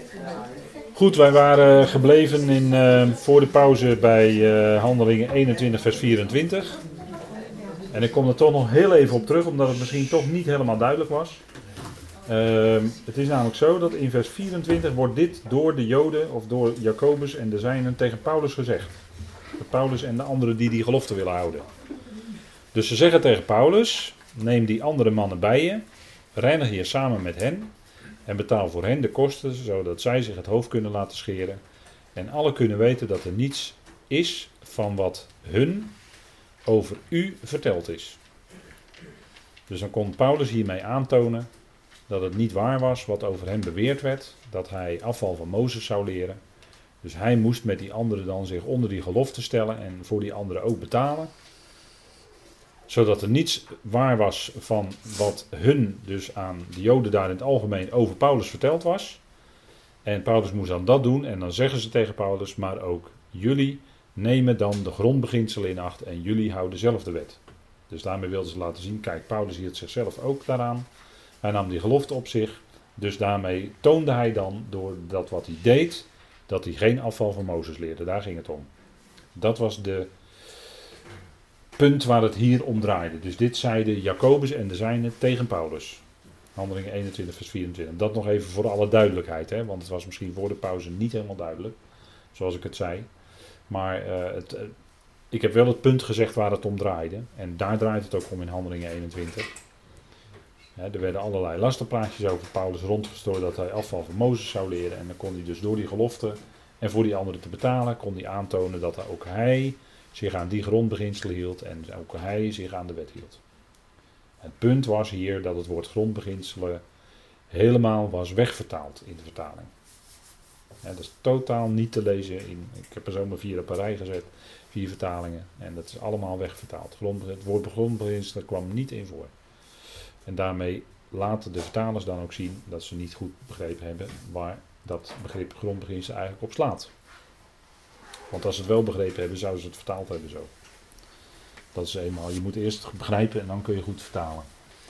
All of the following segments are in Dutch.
Goed, wij waren gebleven voor de pauze bij Handelingen 21 vers 24. En ik kom er toch nog heel even op terug, omdat het misschien toch niet helemaal duidelijk was. Het is namelijk zo dat in vers 24 wordt dit door de Joden of door Jacobus en de zijnen tegen Paulus gezegd. Paulus en de anderen die gelofte willen houden. Dus ze zeggen tegen Paulus, neem die andere mannen bij je, reinig je samen met hen en betaal voor hen de kosten, zodat zij zich het hoofd kunnen laten scheren. En alle kunnen weten dat er niets is van wat hun over u verteld is. Dus dan kon Paulus hiermee aantonen dat het niet waar was wat over hem beweerd werd, dat hij afval van Mozes zou leren. Dus hij moest met die anderen dan zich onder die gelofte stellen en voor die anderen ook betalen. Zodat er niets waar was van wat hun, dus aan de Joden daar in het algemeen, over Paulus verteld was. En Paulus moest dan dat doen en dan zeggen ze tegen Paulus, maar ook jullie nemen dan de grondbeginselen in acht en jullie houden zelf de wet. Dus daarmee wilden ze laten zien, kijk, Paulus hield zichzelf ook daaraan. Hij nam die gelofte op zich, dus daarmee toonde hij dan, door dat wat hij deed, dat hij geen afval van Mozes leerde. Daar ging het om. Dat was de punt waar het hier om draaide. Dus dit zeiden Jacobus en de zijnen tegen Paulus. Handelingen 21 vers 24. Dat nog even voor alle duidelijkheid, hè? Want het was misschien voor de pauze niet helemaal duidelijk, zoals ik het zei. Maar ik heb wel het punt gezegd waar het om draaide. En daar draait het ook om in Handelingen 21. Er werden allerlei lasterpraatjes over Paulus rondgestrooid dat hij afval van Mozes zou leren. En dan kon hij dus door die gelofte en voor die anderen te betalen, kon hij aantonen dat ook hij zich aan die grondbeginselen hield en ook hij zich aan de wet hield. Het punt was hier dat het woord grondbeginselen helemaal was wegvertaald in de vertaling. Dat is totaal niet te lezen ik heb er zomaar 4 op een rij gezet, 4 vertalingen. En dat is allemaal wegvertaald. Het woord grondbeginselen kwam niet in voor. En daarmee laten de vertalers dan ook zien dat ze niet goed begrepen hebben waar dat begrip grondbeginsel eigenlijk op slaat. Want als ze het wel begrepen hebben, zouden ze het vertaald hebben zo. Dat is eenmaal, je moet eerst begrijpen en dan kun je goed vertalen.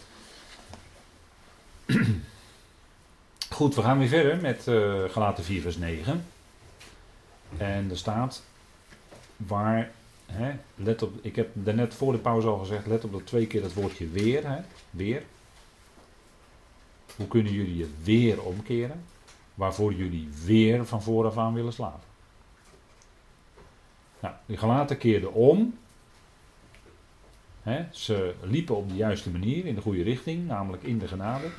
Goed, we gaan weer verder met Galaten 4 vers 9. En er staat waar, let op, ik heb daarnet voor de pauze al gezegd, let op dat 2 keer dat woordje weer, weer. Hoe kunnen jullie je weer omkeren? Waarvoor jullie weer van vooraf aan willen slaven. Nou, de Galaten keerden om. Ze liepen op de juiste manier, in de goede richting, namelijk in de genade.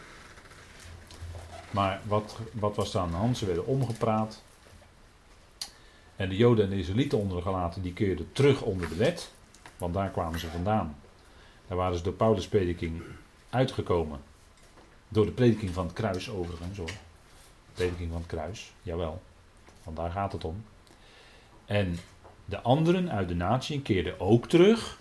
Maar wat was er aan de hand? Ze werden omgepraat. En de Joden en de Israëlieten onder de Galaten, die keerden terug onder de wet. Want daar kwamen ze vandaan. Daar waren ze door Paulus' prediking uitgekomen. Door de prediking van het kruis overigens hoor. De prediking van het kruis, jawel. Want daar gaat het om. En de anderen uit de natie keerden ook terug.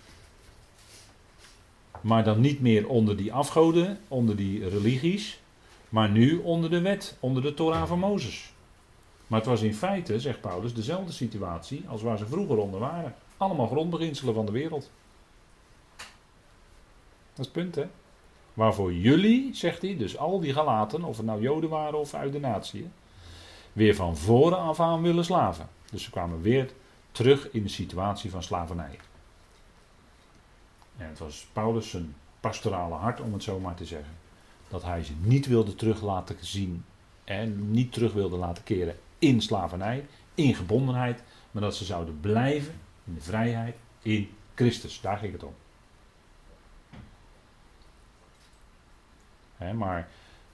Maar dan niet meer onder die afgoden, onder die religies. Maar nu onder de wet, onder de Torah van Mozes. Maar het was in feite, zegt Paulus, dezelfde situatie als waar ze vroeger onder waren. Allemaal grondbeginselen van de wereld. Dat is het punt, hè. Waarvoor jullie, zegt hij, dus al die Galaten, of het nou Joden waren of uit de natie, weer van voren af aan willen slaven. Dus ze kwamen weer terug in de situatie van slavernij. En het was Paulus zijn pastorale hart, om het zo maar te zeggen. Dat hij ze niet wilde terug laten zien en niet terug wilde laten keren in slavernij, in gebondenheid, maar dat ze zouden blijven in de vrijheid in Christus. Daar ging het om. Maar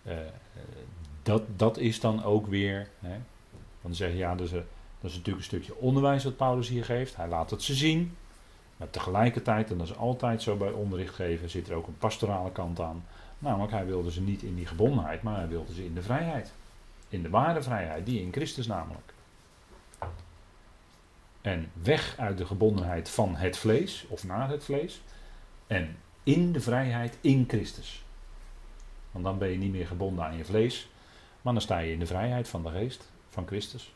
dat is dan ook weer, dan zeg je ja, dat is natuurlijk een stukje onderwijs wat Paulus hier geeft. Hij laat het ze zien, maar tegelijkertijd, en dat is altijd zo bij onderricht geven, zit er ook een pastorale kant aan. Namelijk, hij wilde ze niet in die gebondenheid, maar hij wilde ze in de vrijheid. In de ware vrijheid, die in Christus namelijk. En weg uit de gebondenheid van het vlees, of naar het vlees. En in de vrijheid in Christus. Want dan ben je niet meer gebonden aan je vlees, maar dan sta je in de vrijheid van de geest, van Christus.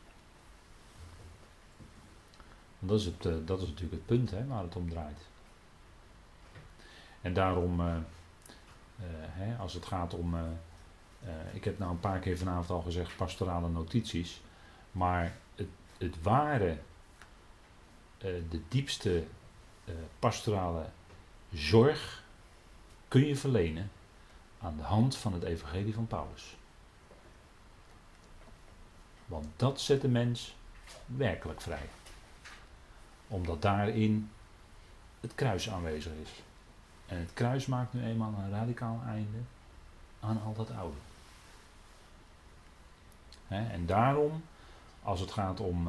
En dat is natuurlijk het punt waar het om draait. En daarom, als het gaat om Ik heb nou een paar keer vanavond al gezegd pastorale notities. Maar het ware, de diepste pastorale zorg kun je verlenen aan de hand van het evangelie van Paulus. Want dat zet de mens werkelijk vrij. Omdat daarin het kruis aanwezig is. En het kruis maakt nu eenmaal een radicaal einde aan al dat oude. En daarom, als het gaat om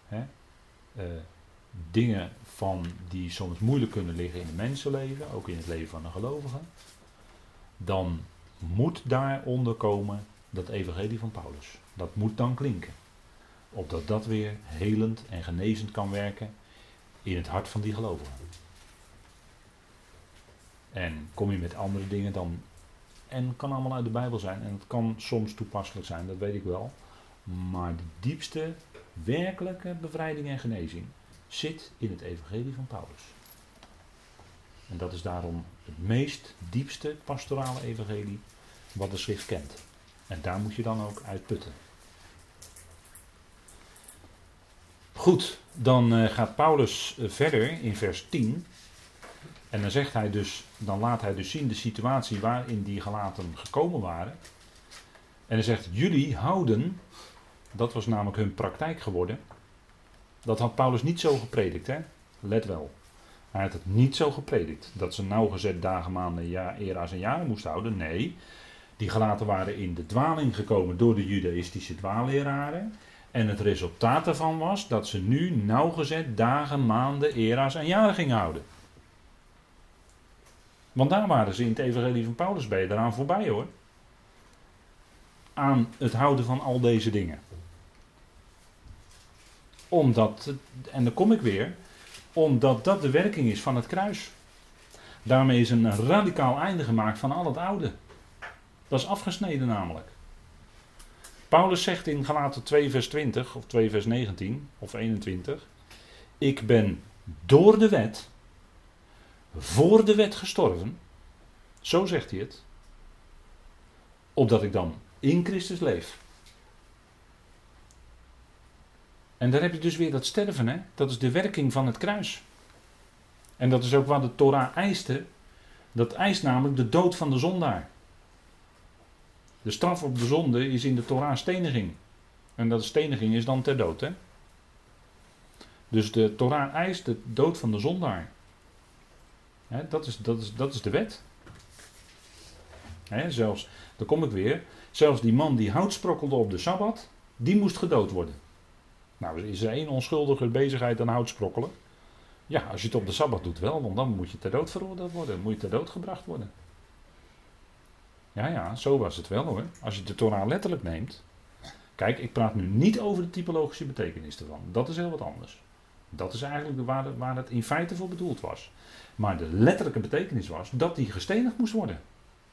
dingen die soms moeilijk kunnen liggen in het mensenleven, ook in het leven van een gelovige, dan moet daaronder komen dat evangelie van Paulus. Dat moet dan klinken. Opdat dat weer helend en genezend kan werken in het hart van die gelovigen. En kom je met andere dingen dan, en het kan allemaal uit de Bijbel zijn, en het kan soms toepasselijk zijn, dat weet ik wel. Maar de diepste, werkelijke bevrijding en genezing zit in het evangelie van Paulus. En dat is daarom het meest diepste pastorale evangelie wat de schrift kent. En daar moet je dan ook uit putten. Goed, dan gaat Paulus verder in vers 10. En dan zegt hij dus, dan laat hij dus zien de situatie waarin die Galaten gekomen waren. En hij zegt, jullie houden, dat was namelijk hun praktijk geworden. Dat had Paulus niet zo gepredikt, hè? Let wel. Hij had het niet zo gepredikt. Dat ze nauwgezet dagen, maanden, era's en jaren moesten houden. Nee, die Galaten waren in de dwaling gekomen door de judaïstische dwaalleraren. En het resultaat daarvan was dat ze nu nauwgezet dagen, maanden, era's en jaren gingen houden. Want daar waren ze in het evangelie van Paulus bij eraan voorbij, hoor. Aan het houden van al deze dingen. Omdat, en dan kom ik weer, omdat dat de werking is van het kruis. Daarmee is een radicaal einde gemaakt van al het oude. Dat is afgesneden namelijk. Paulus zegt in Galaten 2 vers 20 of 2 vers 19 of 21. Ik ben door de wet, voor de wet gestorven. Zo zegt hij het. Opdat ik dan in Christus leef. En daar heb je dus weer dat sterven, hè? Dat is de werking van het kruis. En dat is ook wat de Torah eiste. Dat eist namelijk de dood van de zondaar. De straf op de zonde is in de Torah steniging. En dat steniging is dan ter dood, hè? Dus de Torah eist de dood van de zondaar. Hè, dat is de wet. Hè, zelfs, daar kom ik weer. Zelfs die man die hout sprokkelde op de Sabbat, die moest gedood worden. Nou, is er één onschuldiger bezigheid dan hout sprokkelen? Ja, als je het op de Sabbat doet wel, want dan moet je ter dood veroordeeld worden. Dan moet je ter dood gebracht worden. Ja, zo was het wel, hoor. Als je de Torah letterlijk neemt. Kijk, ik praat nu niet over de typologische betekenis ervan. Dat is heel wat anders. Dat is eigenlijk waar het in feite voor bedoeld was. Maar de letterlijke betekenis was dat hij gestenigd moest worden.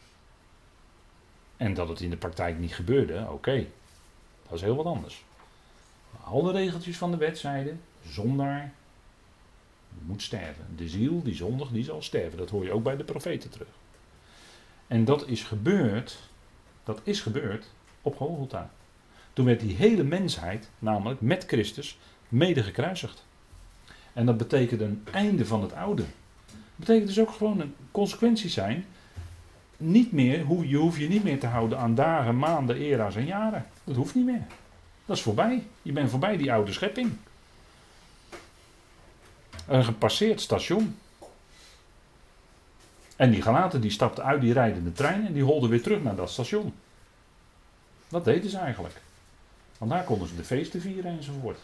En dat het in de praktijk niet gebeurde, oké. Dat is heel wat anders. Alle regeltjes van de wet zeiden, zondaar moet sterven. De ziel die zondigt, die zal sterven. Dat hoor je ook bij de profeten terug. En dat is gebeurd op Golgotha. Toen werd die hele mensheid, namelijk met Christus, mede gekruisigd. En dat betekent een einde van het oude. Dat betekent dus ook gewoon een consequentie zijn. Je hoeft je niet meer te houden aan dagen, maanden, era's en jaren. Dat hoeft niet meer. Dat is voorbij. Je bent voorbij die oude schepping. Een gepasseerd station. En die Galaten die stapten uit die rijdende trein en die holden weer terug naar dat station. Dat deden ze eigenlijk. Want daar konden ze de feesten vieren enzovoort.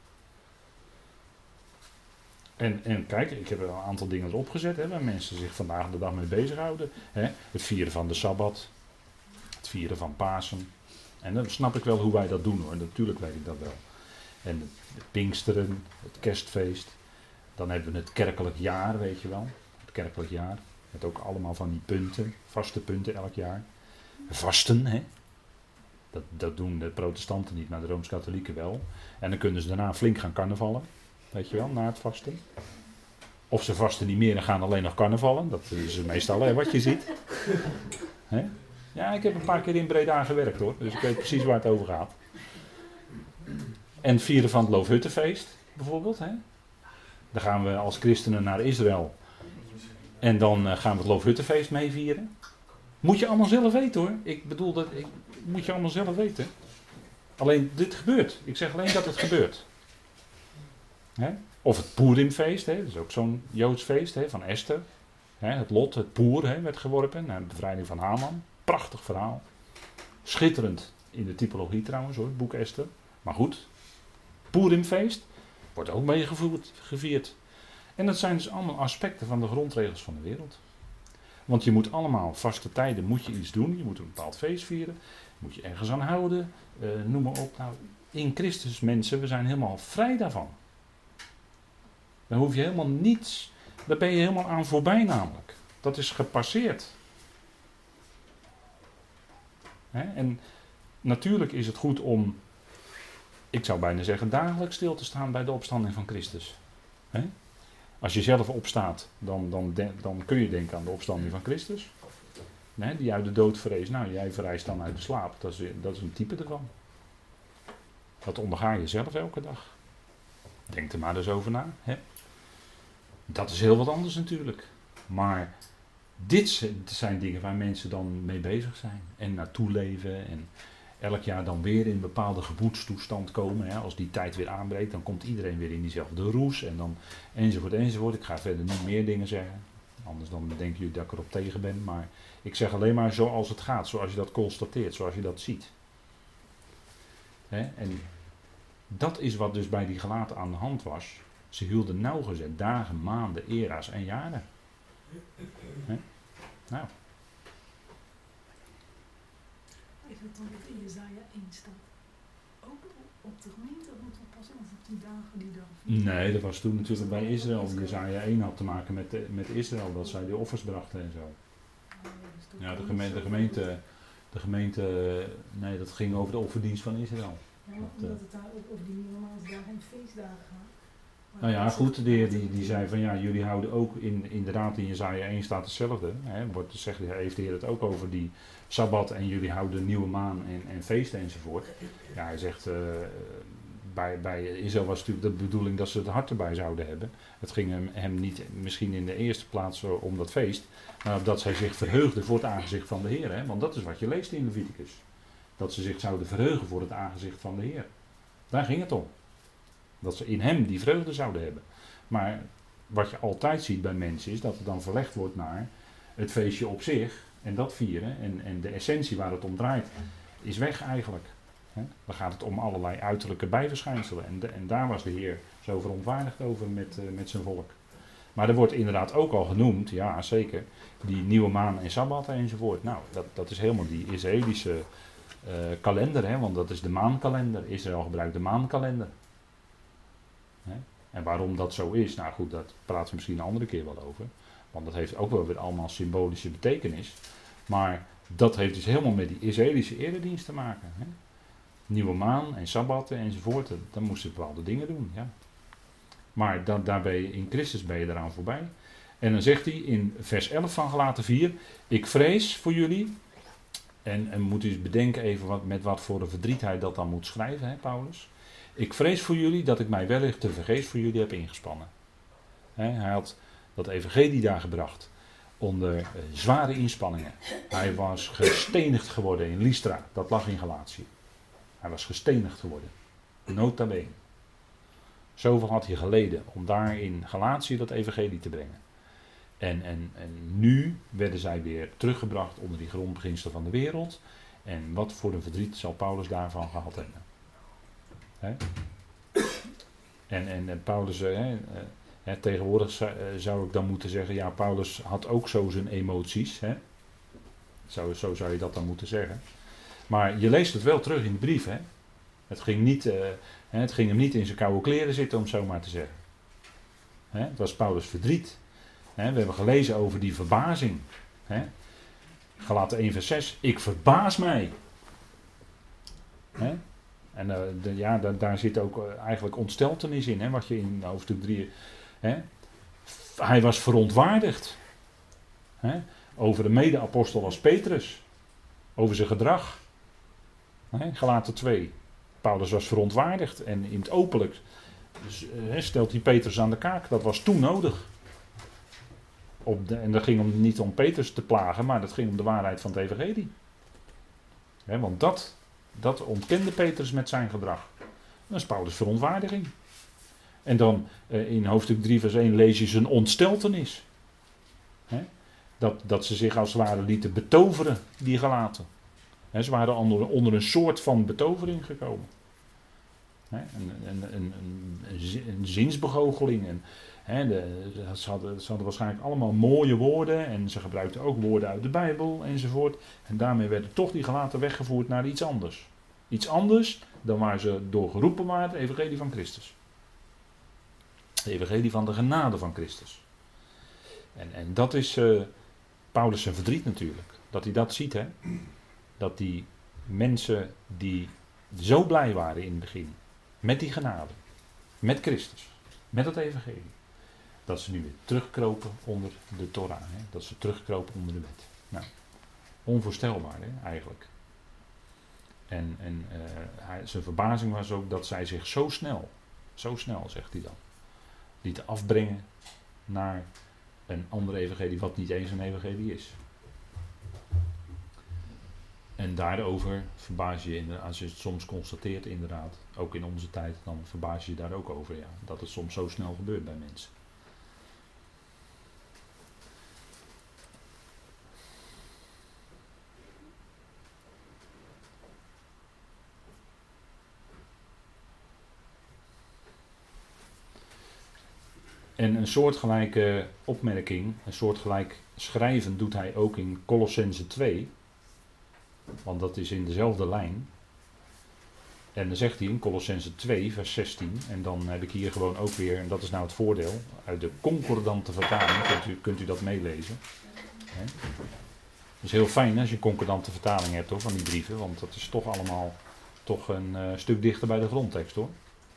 En kijk, ik heb er een aantal dingen erop gezet, hè, waar mensen zich vandaag de dag mee bezighouden. Hè. Het vieren van de Sabbat. Het vieren van Pasen. En dan snap ik wel hoe wij dat doen, hoor. Natuurlijk weet ik dat wel. En het Pinksteren, het Kerstfeest. Dan hebben we het kerkelijk jaar, weet je wel. Het kerkelijk jaar. Met ook allemaal van die punten, vaste punten elk jaar. Vasten, hè. Dat doen de protestanten niet, maar de Rooms-Katholieken wel. En dan kunnen ze daarna flink gaan carnavallen. Weet je wel, na het vasten. Of ze vasten niet meer en gaan alleen nog carnavallen. Dat is meestal wat je ziet. Hè? Ja, ik heb een paar keer in Breda gewerkt hoor, dus ik weet precies waar het over gaat. En het vieren van het Loofhuttenfeest, bijvoorbeeld. Hè? Dan gaan we als christenen naar Israël. En dan gaan we het Loofhuttenfeest meevieren. Moet je allemaal zelf weten hoor. Ik bedoel, moet je allemaal zelf weten. Alleen dit gebeurt. Ik zeg alleen dat het gebeurt. Hè? Of het Purimfeest, hè? Dat is ook zo'n Joods feest hè? Van Esther. Hè? Het lot, het poer hè? Werd geworpen naar de bevrijding van Haman. Prachtig verhaal. Schitterend in de typologie trouwens hoor, het boek Esther. Maar goed, Purimfeest wordt ook gevierd. En dat zijn dus allemaal aspecten van de grondregels van de wereld. Want je moet allemaal vaste tijden, moet je iets doen. Je moet een bepaald feest vieren. Moet je ergens aan houden. Noem maar op. Nou, in Christus mensen, we zijn helemaal vrij daarvan. Daar hoef je helemaal niets, daar ben je helemaal aan voorbij namelijk. Dat is gepasseerd. Hè? En natuurlijk is het goed om, ik zou bijna zeggen, dagelijks stil te staan bij de opstanding van Christus. Hè? Als je zelf opstaat, dan kun je denken aan de opstanding van Christus. Nee, die uit de dood verrees. Nou, jij verrijst dan uit de slaap. Dat is een type ervan. Dat onderga je zelf elke dag. Denk er maar eens over na. Hè? Dat is heel wat anders natuurlijk. Maar dit zijn dingen waar mensen dan mee bezig zijn. En naartoe leven. En elk jaar dan weer in een bepaalde gemoedstoestand komen. Hè. Als die tijd weer aanbreekt, dan komt iedereen weer in diezelfde roes. En dan enzovoort enzovoort. Ik ga verder niet meer dingen zeggen. Anders dan denken jullie dat ik erop tegen ben. Maar ik zeg alleen maar zoals het gaat. Zoals je dat constateert. Zoals je dat ziet. Hè. En dat is wat dus bij die Galaten aan de hand was. Ze hielden nauwgezet dagen, maanden, era's en jaren. Hè. Nou. Is het dan wat in Jesaja 1 staat? Ook op de gemeente moet oppassen of op die dagen die dan... Nee, dat was toen natuurlijk bij Israël. Jesaja 1 had te maken met Israël, dat zij de offers brachten en zo. Ja, de gemeente, nee, dat ging over de offerdienst van Israël. Ja, omdat het daar ook over die nieuwemaansdagen en feestdagen gaat. Nou ja, goed, die zei van ja, jullie houden ook inderdaad in Jesaja 1 staat hetzelfde. Hè, heeft de Heer het ook over die Sabbat en jullie houden nieuwe maan en feesten enzovoort. Ja, hij zegt, bij Israël was natuurlijk de bedoeling dat ze het hart erbij zouden hebben. Het ging hem niet misschien in de eerste plaats om dat feest, maar dat zij zich verheugden voor het aangezicht van de Heer. Hè, want dat is wat je leest in Leviticus. Dat ze zich zouden verheugen voor het aangezicht van de Heer. Daar ging het om. Dat ze in hem die vreugde zouden hebben. Maar wat je altijd ziet bij mensen is dat het dan verlegd wordt naar het feestje op zich. En dat vieren. En de essentie waar het om draait is weg eigenlijk. Dan gaat het om allerlei uiterlijke bijverschijnselen. En daar was de Heer zo verontwaardigd over met zijn volk. Maar er wordt inderdaad ook al genoemd, ja zeker, die nieuwe maan en sabbat enzovoort. Nou, dat is helemaal die Israëlische kalender. Hè, want dat is de maankalender. Israël gebruikt de maankalender. En waarom dat zo is, nou goed, dat praten we misschien een andere keer wel over. Want dat heeft ook wel weer allemaal symbolische betekenis. Maar dat heeft dus helemaal met die Israëlische eredienst te maken. Hè? Nieuwe maan en sabbatten enzovoort, dan moesten ze bepaalde dingen doen. Ja. Maar in Christus ben je eraan voorbij. En dan zegt hij in vers 11 van Galaten 4, ik vrees voor jullie. En moet u eens bedenken even met wat voor een verdrietheid dat dan moet schrijven, hè, Paulus. Ik vrees voor jullie dat ik mij wellicht te vergeefs voor jullie heb ingespannen. Hij had dat evangelie daar gebracht onder zware inspanningen. Hij was gestenigd geworden in Lystra, dat lag in Galatië. Hij was gestenigd geworden, nota bene. Zoveel had hij geleden om daar in Galatië dat evangelie te brengen. En nu werden zij weer teruggebracht onder die grondbeginselen van de wereld. En wat voor een verdriet zal Paulus daarvan gehad hebben. He? En Paulus, tegenwoordig zou ik dan moeten zeggen, ja, Paulus had ook zo zijn emoties. Hè? Zo zou je dat dan moeten zeggen. Maar je leest het wel terug in de brief. Hè? Het ging hem niet in zijn koude kleren zitten, om het zo maar te zeggen. Het was Paulus' verdriet. We hebben gelezen over die verbazing. Galaten 1 vers 6. Ik verbaas mij. En daar zit ook eigenlijk ontsteltenis in. Wat je in hoofdstuk 3... Hij was verontwaardigd. Over de mede-apostel als Petrus. over zijn gedrag. Galaten 2. Paulus was verontwaardigd en in het openlijk stelt hij Petrus aan de kaak. Dat was toen nodig. En dat ging niet om Petrus te plagen, maar dat ging om de waarheid van het evangelie. Want dat ontkende Petrus met zijn gedrag. Dat is Paulus' verontwaardiging. En dan in hoofdstuk 3 vers 1 lees je zijn ontsteltenis. Dat ze zich als het ware lieten betoveren, die Galaten. Ze waren onder een soort van betovering gekomen. Een zinsbegoocheling. Ze hadden waarschijnlijk allemaal mooie woorden. En ze gebruikten ook woorden uit de Bijbel enzovoort. En daarmee werden toch die Galaten weggevoerd naar iets anders. Iets anders dan waar ze door geroepen waren, het evangelie van Christus. Het evangelie van de genade van Christus. En dat is Paulus zijn verdriet natuurlijk. Dat hij dat ziet, hè. Dat die mensen die zo blij waren in het begin. Met die genade. Met Christus. Met het evangelie. Dat ze nu weer terugkropen onder de Torah. Hè? Dat ze terugkropen onder de wet. Nou, onvoorstelbaar hè, eigenlijk. En zijn verbazing was ook dat zij zich zo snel zegt hij dan, lieten afbrengen naar een ander evangelie wat niet eens een evangelie is. En daarover verbaas je, als je het soms constateert inderdaad, ook in onze tijd, dan verbaas je daar ook over, ja, dat het soms zo snel gebeurt bij mensen. En een soortgelijke opmerking, een soortgelijk schrijven doet hij ook in Colossenzen 2. Want dat is in dezelfde lijn. En dan zegt hij in Colossenzen 2 vers 16. En dan heb ik hier gewoon ook weer, en dat is nou het voordeel, uit de concordante vertaling kunt u dat meelezen. Het is heel fijn als je een concordante vertaling hebt hoor, van die brieven. Want dat is toch allemaal toch een stuk dichter bij de grondtekst hoor.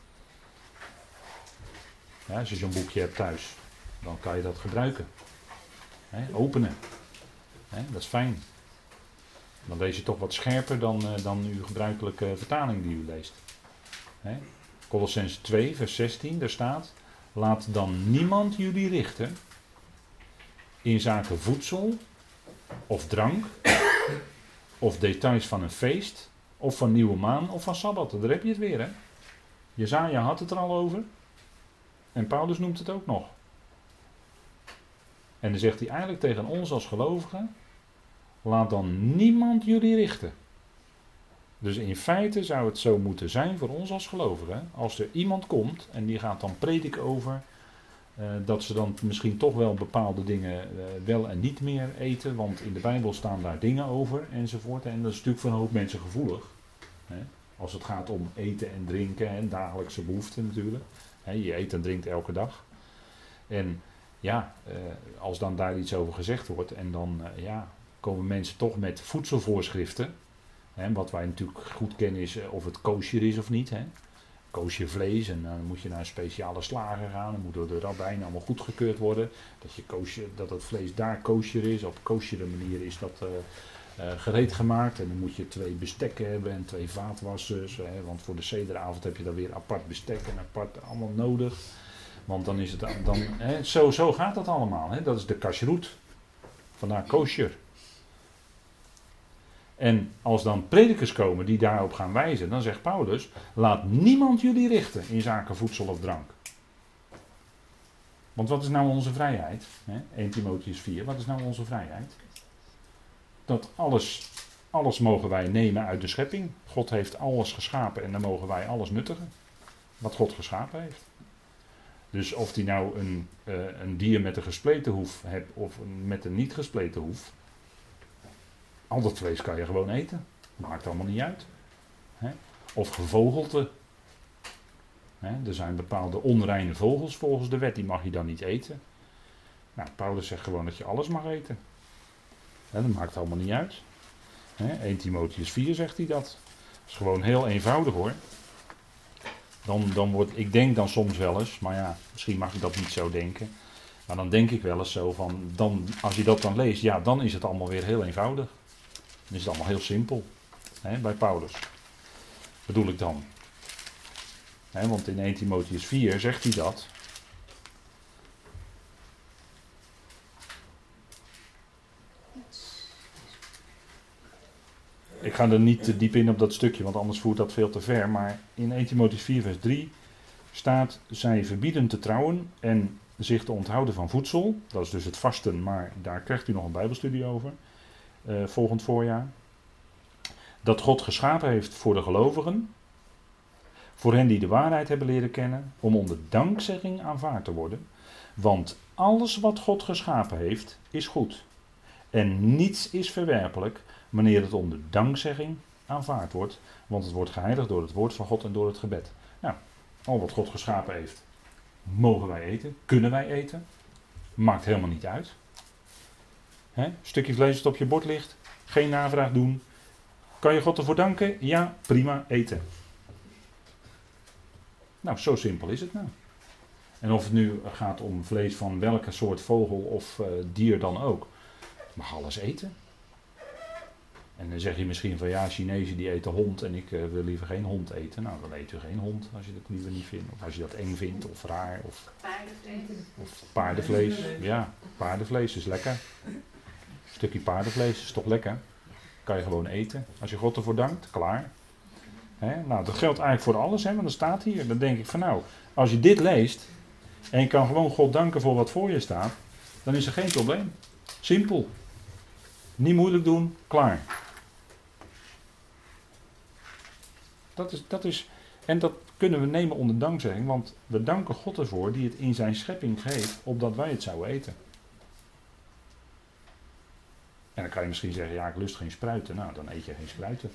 Ja, als je zo'n boekje hebt thuis, dan kan je dat gebruiken. Openen. Dat is fijn. Dan lees je toch wat scherper dan uw gebruikelijke vertaling die u leest. Colossenzen 2 vers 16, daar staat: laat dan niemand jullie richten in zaken voedsel of drank of details van een feest of van nieuwe maan of van sabbat. Daar heb je het weer hè. Jesaja had het er al over. En Paulus noemt het ook nog. En dan zegt hij eigenlijk tegen ons als gelovigen: laat dan niemand jullie richten. Dus in feite zou het zo moeten zijn voor ons als gelovigen. Als er iemand komt en die gaat dan prediken over dat ze dan misschien toch wel bepaalde dingen wel en niet meer eten. Want in de Bijbel staan daar dingen over enzovoort. En dat is natuurlijk voor een hoop mensen gevoelig. Als het gaat om eten en drinken en dagelijkse behoeften natuurlijk. Je eet en drinkt elke dag. En ja, als dan daar iets over gezegd wordt en dan komen mensen toch met voedselvoorschriften. Wat wij natuurlijk goed kennen is of het kosher is of niet. Kosher vlees en dan moet je naar een speciale slager gaan. Dan moet door de rabbijn allemaal goedgekeurd worden. Dat het vlees daar kosher is. Op kosheren manier is dat gereed gemaakt. En dan moet je 2 bestekken hebben en 2 vaatwassers. Want voor de sederavond heb je dan weer apart bestek en apart allemaal nodig. Want dan is het zo gaat dat allemaal. Dat is de kashrut. Vandaar kosher. En als dan predikers komen die daarop gaan wijzen, dan zegt Paulus: laat niemand jullie richten in zaken voedsel of drank. Want wat is nou onze vrijheid? 1 Timotheüs 4, wat is nou onze vrijheid? Dat alles mogen wij nemen uit de schepping. God heeft alles geschapen en dan mogen wij alles nuttigen. Wat God geschapen heeft. Dus of die nou een dier met een gespleten hoef hebt of met een niet gespleten hoef. Al dat vlees kan je gewoon eten. Dat maakt allemaal niet uit. Of gevogelte. Er zijn bepaalde onreine vogels volgens de wet. Die mag je dan niet eten. Nou, Paulus zegt gewoon dat je alles mag eten. Dat maakt allemaal niet uit. 1 Timotheüs 4 zegt hij dat. Dat is gewoon heel eenvoudig hoor. Ik denk dan soms wel eens. Maar ja, misschien mag ik dat niet zo denken. Maar dan denk ik wel eens zo van, als je dat dan leest, ja, dan is het allemaal weer heel eenvoudig. Dan is het allemaal heel simpel. Bij Paulus. Bedoel ik dan. Want in 1 Timotheüs 4 zegt hij dat. Ik ga er niet te diep in op dat stukje, want anders voert dat veel te ver. Maar in 1 Timotheüs 4 vers 3 staat: zij verbieden te trouwen en zich te onthouden van voedsel. Dat is dus het vasten, maar daar krijgt u nog een bijbelstudie over. Volgend voorjaar. Dat God geschapen heeft voor de gelovigen. Voor hen die de waarheid hebben leren kennen. Om onder dankzegging aanvaard te worden. Want alles wat God geschapen heeft, is goed. En niets is verwerpelijk wanneer het onder dankzegging aanvaard wordt. Want het wordt geheiligd door het woord van God en door het gebed. Nou, al wat God geschapen heeft, mogen wij eten, kunnen wij eten. Maakt helemaal niet uit. Stukje vlees dat op je bord ligt, geen navraag doen. Kan je God ervoor danken? Ja, prima, eten. Nou, zo simpel is het nou. En of het nu gaat om vlees van welke soort vogel of dier dan ook, mag alles eten. En dan zeg je misschien van ja, Chinezen die eten hond en ik wil liever geen hond eten. Nou, dan eet u geen hond als je dat liever niet vindt. Of als je dat eng vindt of raar. Of paardenvlees. Ja, paardenvlees is lekker. Een stukje paardenvlees is toch lekker. Kan je gewoon eten. Als je God ervoor dankt, klaar. Nou, dat geldt eigenlijk voor alles, want dat staat hier. Dan denk ik van nou, als je dit leest en je kan gewoon God danken voor wat voor je staat, dan is er geen probleem. Simpel. Niet moeilijk doen, klaar. En dat kunnen we nemen onder dankzegging, want we danken God ervoor die het in zijn schepping geeft, opdat wij het zouden eten. En dan kan je misschien zeggen, ja, ik lust geen spruiten. Nou, dan eet je geen spruiten.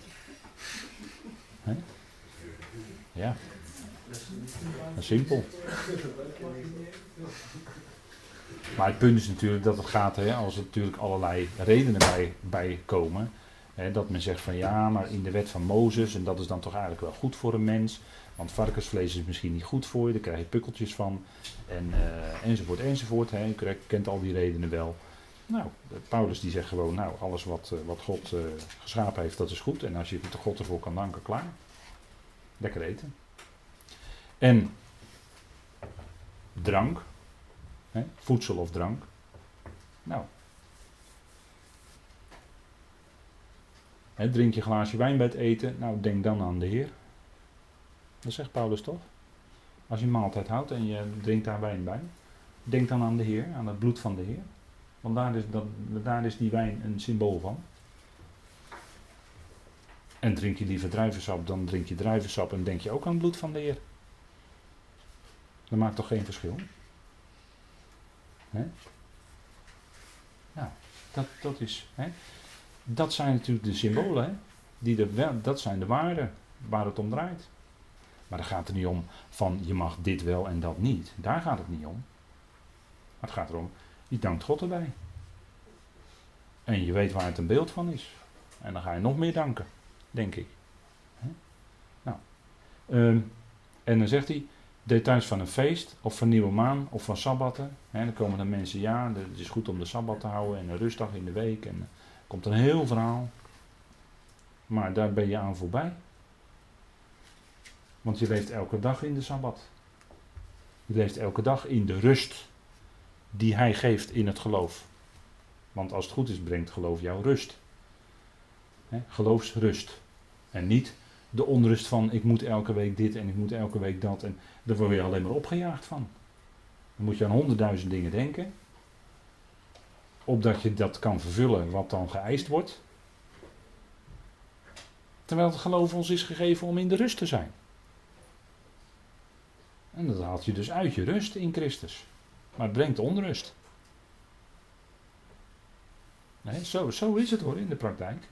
Ja. Dat is simpel. Maar het punt is natuurlijk dat het gaat, als er natuurlijk allerlei redenen bij komen. Dat men zegt van ja, maar in de wet van Mozes, en dat is dan toch eigenlijk wel goed voor een mens. Want varkensvlees is misschien niet goed voor je, daar krijg je pukkeltjes van. Enzovoort, enzovoort. U kent al die redenen wel. Nou, Paulus die zegt gewoon, nou, alles wat God geschapen heeft, dat is goed. En als je de God ervoor kan danken, klaar. Lekker eten. En drank. Voedsel of drank. Nou. Drink je een glaasje wijn bij het eten. Nou, denk dan aan de Heer. Dat zegt Paulus toch? Als je een maaltijd houdt en je drinkt daar wijn bij. Denk dan aan de Heer, aan het bloed van de Heer. Want daar is die wijn een symbool van. En drink je liever druivensap, dan drink je druivensap en denk je ook aan het bloed van de Heer. Dat maakt toch geen verschil? Nou, dat zijn natuurlijk de symbolen. Dat zijn de waarden waar het om draait. Maar dan gaat het niet om van je mag dit wel en dat niet. Daar gaat het niet om. Maar het gaat erom, je dankt God erbij. En je weet waar het een beeld van is. En dan ga je nog meer danken, denk ik. Nou, en dan zegt hij, details van een feest, of van nieuwe maan, of van sabbatten. Dan komen er mensen, ja, het is goed om de sabbat te houden en een rustdag in de week. En er komt een heel verhaal. Maar daar ben je aan voorbij. Want je leeft elke dag in de sabbat. Je leeft elke dag in de rust die hij geeft in het geloof. Want als het goed is, brengt geloof jou rust. Geloofsrust. En niet de onrust van ik moet elke week dit en ik moet elke week dat. En daar word je alleen maar opgejaagd van. Dan moet je aan 100.000 dingen denken. Opdat je dat kan vervullen wat dan geëist wordt. Terwijl het geloof ons is gegeven om in de rust te zijn. En dat haalt je dus uit je rust in Christus. Maar het brengt onrust. Nee, zo is het hoor in de praktijk.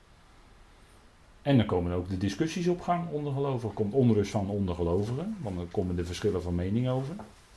En dan komen ook de discussies op gang onder gelovigen. Er komt onrust van onder gelovigen, want dan komen de verschillen van mening over.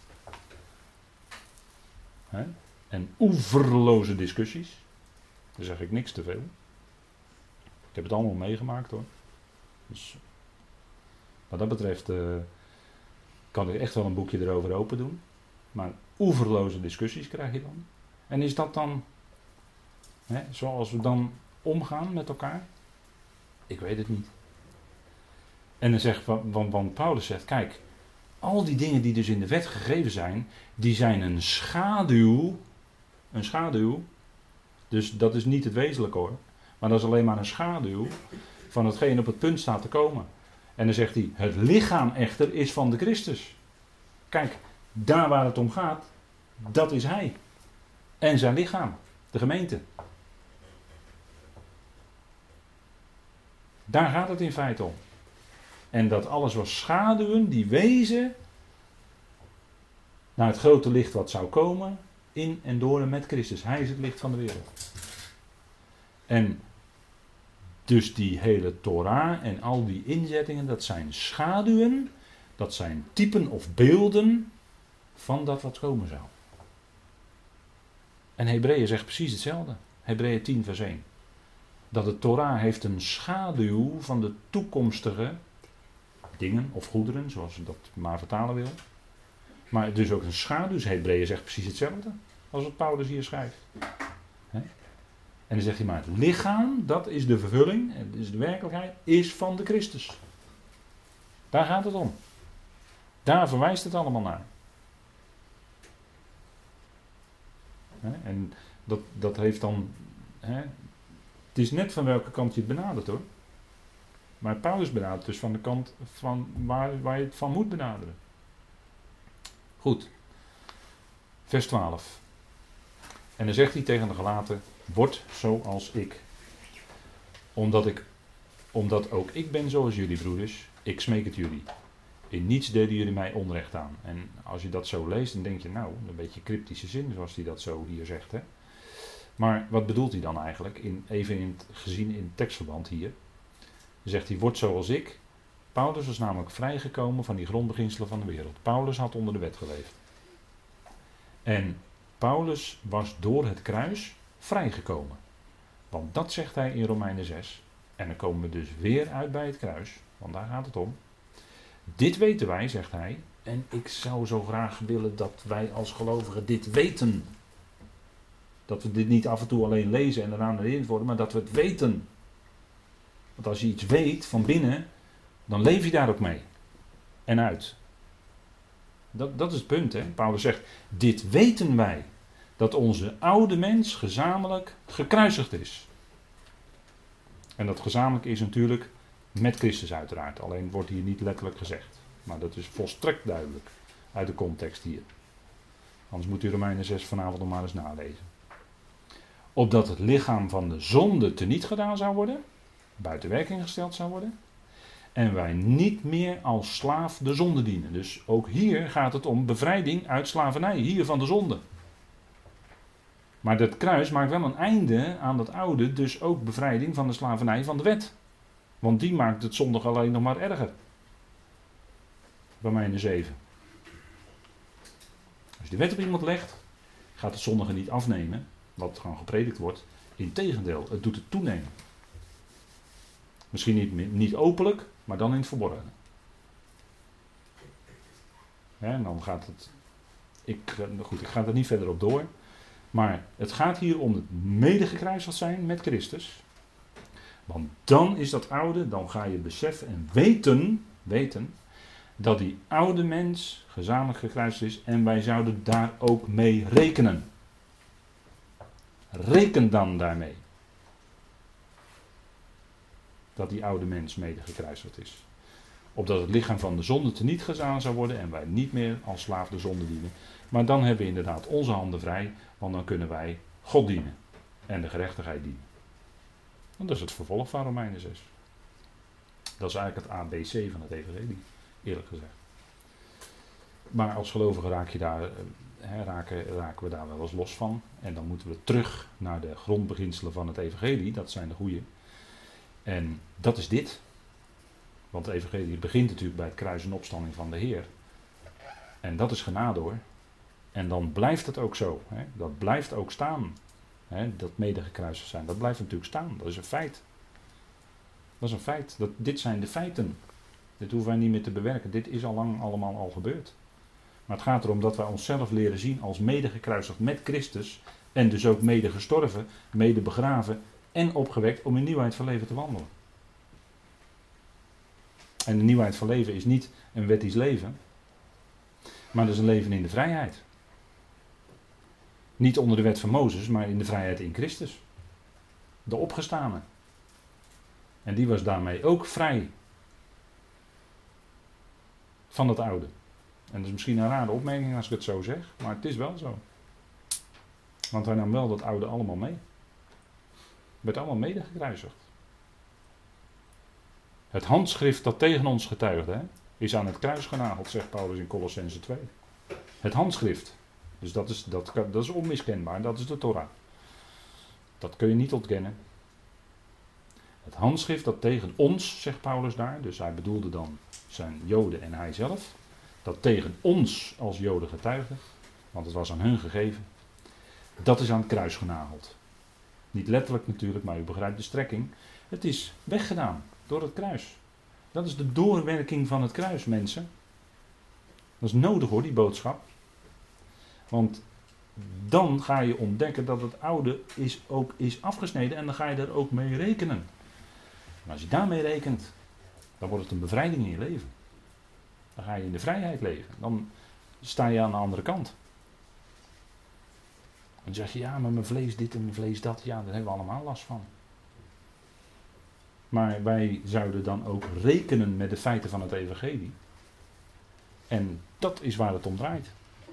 En oeverloze discussies. Daar zeg ik niks te veel. Ik heb het allemaal meegemaakt hoor. Dus wat dat betreft kan ik echt wel een boekje erover open doen. Maar oeverloze discussies krijg je dan. En is dat dan, zoals we dan omgaan met elkaar? Ik weet het niet. En dan zegt, want Paulus zegt, kijk, al die dingen die dus in de wet gegeven zijn, die zijn een schaduw. Een schaduw. Dus dat is niet het wezenlijke hoor. Maar dat is alleen maar een schaduw van hetgeen op het punt staat te komen. En dan zegt hij, het lichaam echter is van de Christus. Kijk, daar waar het om gaat, dat is hij. En zijn lichaam, de gemeente. Daar gaat het in feite om. En dat alles was schaduwen die wezen naar het grote licht wat zou komen in en door en met Christus. Hij is het licht van de wereld. En dus die hele Torah en al die inzettingen, dat zijn schaduwen, dat zijn typen of beelden van dat wat komen zou. En Hebreeën zegt precies hetzelfde. Hebreeën 10 vers 1. Dat de Torah heeft een schaduw van de toekomstige dingen of goederen, zoals je dat maar vertalen wil. Maar dus ook een schaduw. Dus Hebreeën zegt precies hetzelfde als wat Paulus hier schrijft. En dan zegt hij maar, het lichaam, dat is de vervulling, dat is de werkelijkheid, is van de Christus. Daar gaat het om. Daar verwijst het allemaal naar. En dat heeft dan... Het is net van welke kant je het benadert hoor. Maar Paulus benadert dus van de kant van waar je het van moet benaderen. Goed. Vers 12. En dan zegt hij tegen de Galaten, word zoals ik. Omdat ook ik ben zoals jullie broeders, ik smeek het jullie. In niets deden jullie mij onrecht aan. En als je dat zo leest, dan denk je, nou, een beetje cryptische zin zoals hij dat zo hier zegt. Hè? Maar wat bedoelt hij dan eigenlijk? Gezien in het tekstverband hier. Dan zegt hij, word zoals ik. Paulus was namelijk vrijgekomen van die grondbeginselen van de wereld. Paulus had onder de wet geleefd. En Paulus was door het kruis vrijgekomen. Want dat zegt hij in Romeinen 6. En dan komen we dus weer uit bij het kruis. Want daar gaat het om. Dit weten wij, zegt hij. En ik zou zo graag willen dat wij als gelovigen dit weten. Dat we dit niet af en toe alleen lezen en eraan herinnerd worden, maar dat we het weten. Want als je iets weet van binnen, dan leef je daar ook mee. En uit. Dat is het punt, hè. Paulus zegt, dit weten wij. Dat onze oude mens gezamenlijk gekruisigd is. En dat gezamenlijk is natuurlijk met Christus uiteraard. Alleen wordt hier niet letterlijk gezegd. Maar dat is volstrekt duidelijk uit de context hier. Anders moet u Romeinen 6 vanavond nog maar eens nalezen. Opdat het lichaam van de zonde teniet gedaan zou worden. Buiten werking gesteld zou worden. En wij niet meer als slaaf de zonde dienen. Dus ook hier gaat het om bevrijding uit slavernij. Hier van de zonde. Maar dat kruis maakt wel een einde aan dat oude. Dus ook bevrijding van de slavernij van de wet. Want die maakt het zondig alleen nog maar erger. Romeinen 7. Als je de wet op iemand legt, gaat het zondige niet afnemen. Wat gewoon gepredikt wordt. Integendeel, het doet het toenemen. Misschien niet openlijk, maar dan in het verborgen. En dan gaat het... Ik ga er niet verder op door. Maar het gaat hier om het medegekruisigd zijn met Christus. Want dan is dat oude, dan ga je beseffen en weten dat die oude mens gezamenlijk gekruisigd is en wij zouden daar ook mee rekenen. Reken dan daarmee. Dat die oude mens mede gekruisigd is. Opdat het lichaam van de zonde teniet gedaan zou worden en wij niet meer als slaaf de zonde dienen. Maar dan hebben we inderdaad onze handen vrij, want dan kunnen wij God dienen. En de gerechtigheid dienen. Want dat is het vervolg van Romeinen 6. Dat is eigenlijk het ABC van het evangelie, eerlijk gezegd. Maar als gelovige raken we daar wel eens los van. En dan moeten we terug naar de grondbeginselen van het evangelie. Dat zijn de goeie. En dat is dit. Want het evangelie begint natuurlijk bij het kruis en opstanding van de Heer. En dat is genade hoor. En dan blijft het ook zo. Hè? Dat blijft ook staan. Hè? Dat medegekruisigd zijn. Dat blijft natuurlijk staan. Dat is een feit. Dat is een feit. Dit zijn de feiten. Dit hoeven wij niet meer te bewerken. Dit is al lang allemaal al gebeurd. Maar het gaat erom dat wij onszelf leren zien als medegekruisigd met Christus. En dus ook mede gestorven, mede begraven en opgewekt om in nieuwheid van leven te wandelen. En de nieuwheid van leven is niet een wettisch leven, maar dat is een leven in de vrijheid. Niet onder de wet van Mozes, maar in de vrijheid in Christus. De opgestane. En die was daarmee ook vrij van het oude. En dat is misschien een rare opmerking als ik het zo zeg, maar het is wel zo. Want hij nam wel dat oude allemaal mee. Werd allemaal mede gekruisigd. Het handschrift dat tegen ons getuigde, is aan het kruis genageld, zegt Paulus in Colossenzen 2. Het handschrift. Dus dat is onmiskenbaar, dat is de Torah. Dat kun je niet ontkennen. Het handschrift dat tegen ons, zegt Paulus daar, dus hij bedoelde dan zijn Joden en hij zelf, dat tegen ons als Joden getuigde, want het was aan hun gegeven, dat is aan het kruis genageld. Niet letterlijk natuurlijk, maar u begrijpt de strekking. Het is weggedaan door het kruis. Dat is de doorwerking van het kruis, mensen. Dat is nodig hoor, die boodschap. Want dan ga je ontdekken dat het oude is afgesneden en dan ga je er ook mee rekenen. En als je daarmee rekent, dan wordt het een bevrijding in je leven. Dan ga je in de vrijheid leven. Dan sta je aan de andere kant. Dan zeg je, ja, maar mijn vlees dit en mijn vlees dat. Ja, daar hebben we allemaal last van. Maar wij zouden dan ook rekenen met de feiten van het evangelie. En dat is waar het om draait.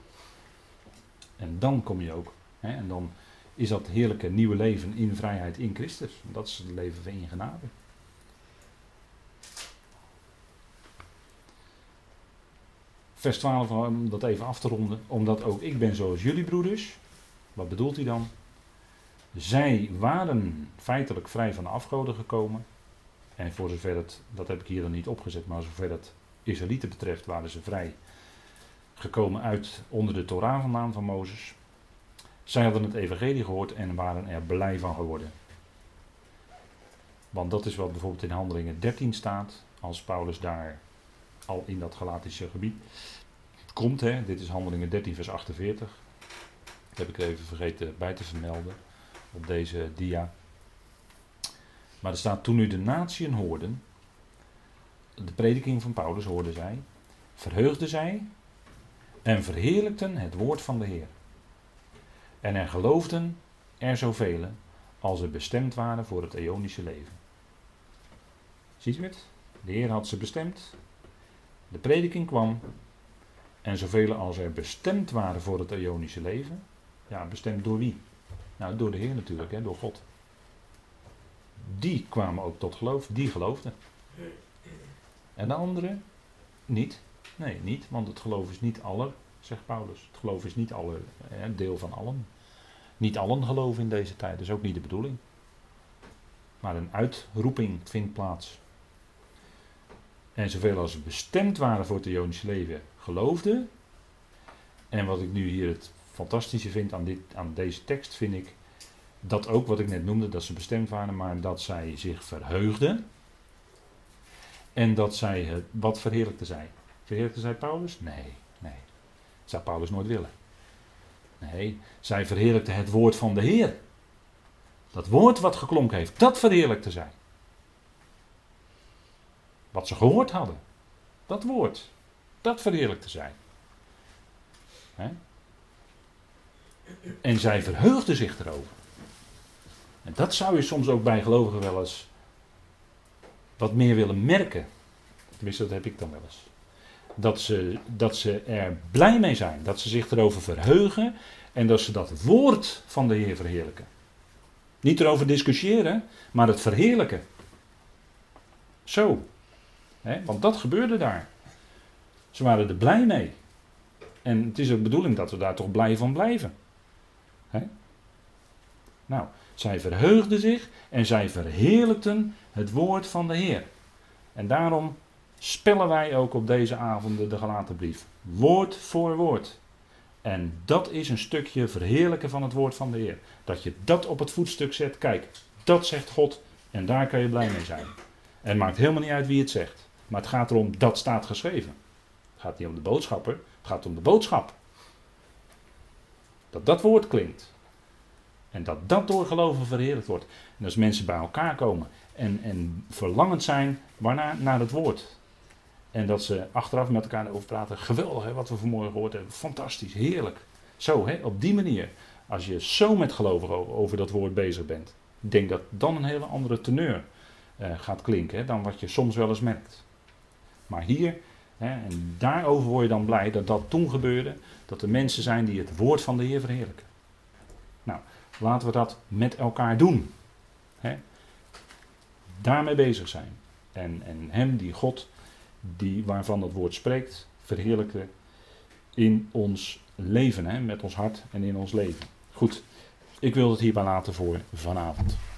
En dan kom je ook. En dan is dat heerlijke nieuwe leven in vrijheid in Christus. Dat is het leven van in genade. Vers 12, om dat even af te ronden. Omdat ook ik ben zoals jullie broeders. Wat bedoelt hij dan? Zij waren feitelijk vrij van de afgoden gekomen. En voor zover het, dat heb ik hier dan niet opgezet, maar zover het Israëlieten betreft waren ze vrij gekomen uit onder de Torah vandaan van Mozes. Zij hadden het evangelie gehoord en waren er blij van geworden. Want dat is wat bijvoorbeeld in Handelingen 13 staat, als Paulus daar al in dat Galatische gebied komt. Dit is Handelingen 13 vers 48. Dat heb ik er even vergeten bij te vermelden op deze dia. Maar er staat, toen nu de natieën hoorden, de prediking van Paulus hoorden zij, verheugden zij en verheerlijkten het woord van de Heer. En er geloofden er zoveel als er bestemd waren voor het eonische leven. Ziet u het? De Heer had ze bestemd, de prediking kwam en zoveel als er bestemd waren voor het eonische leven. Ja, bestemd door wie? Nou, door de Heer natuurlijk, door God. Die kwamen ook tot geloof, die geloofden. En de anderen niet. Nee, niet, want het geloof is niet aller, zegt Paulus. Het geloof is niet aller, deel van allen. Niet allen geloven in deze tijd, dat is ook niet de bedoeling. Maar een uitroeping vindt plaats. En zoveel als bestemd waren voor het eonische leven, geloofden. En wat ik nu hier het fantastische vind aan deze tekst, vind ik dat ook wat ik net noemde, dat ze bestemd waren, maar dat zij zich verheugden. En dat zij, wat verheerlijkte zij? Verheerlijkte zij Paulus? Nee. Dat zou Paulus nooit willen. Nee, zij verheerlijkte het woord van de Heer. Dat woord wat geklonken heeft, dat verheerlijkte zij. Wat ze gehoord hadden, dat woord, dat verheerlijkte zij. En zij verheugden zich erover. En dat zou je soms ook bij gelovigen wel eens wat meer willen merken. Tenminste, dat heb ik dan wel eens. Dat ze er blij mee zijn. Dat ze zich erover verheugen. En dat ze dat woord van de Heer verheerlijken. Niet erover discussiëren, maar het verheerlijken. Zo. Want dat gebeurde daar. Ze waren er blij mee. En het is de bedoeling dat we daar toch blij van blijven. Nou, zij verheugden zich en zij verheerlijkten het woord van de Heer. En daarom spellen wij ook op deze avonden de Galatenbrief. Woord voor woord. En dat is een stukje verheerlijken van het woord van de Heer. Dat je dat op het voetstuk zet. Kijk, dat zegt God en daar kan je blij mee zijn. En het maakt helemaal niet uit wie het zegt. Maar het gaat erom, dat staat geschreven. Het gaat niet om de boodschapper, het gaat om de boodschap. Dat woord klinkt. En dat door geloven verheerlijkt wordt. En als mensen bij elkaar komen en verlangend zijn naar het woord. En dat ze achteraf met elkaar over praten. Geweldig hè, wat we vanmorgen gehoord hebben. Fantastisch, heerlijk. Zo hè, op die manier. Als je zo met geloof over dat woord bezig bent. Ik denk dat dan een hele andere teneur gaat klinken hè, dan wat je soms wel eens merkt. Maar hier, hè, en daarover word je dan blij dat toen gebeurde. Dat er mensen zijn die het woord van de Heer verheerlijken. Nou, laten we dat met elkaar doen. Hè. Daarmee bezig zijn. En hem, die God, waarvan dat woord spreekt, verheerlijken in ons leven. Hè, met ons hart en in ons leven. Goed, ik wil het hierbij laten voor vanavond.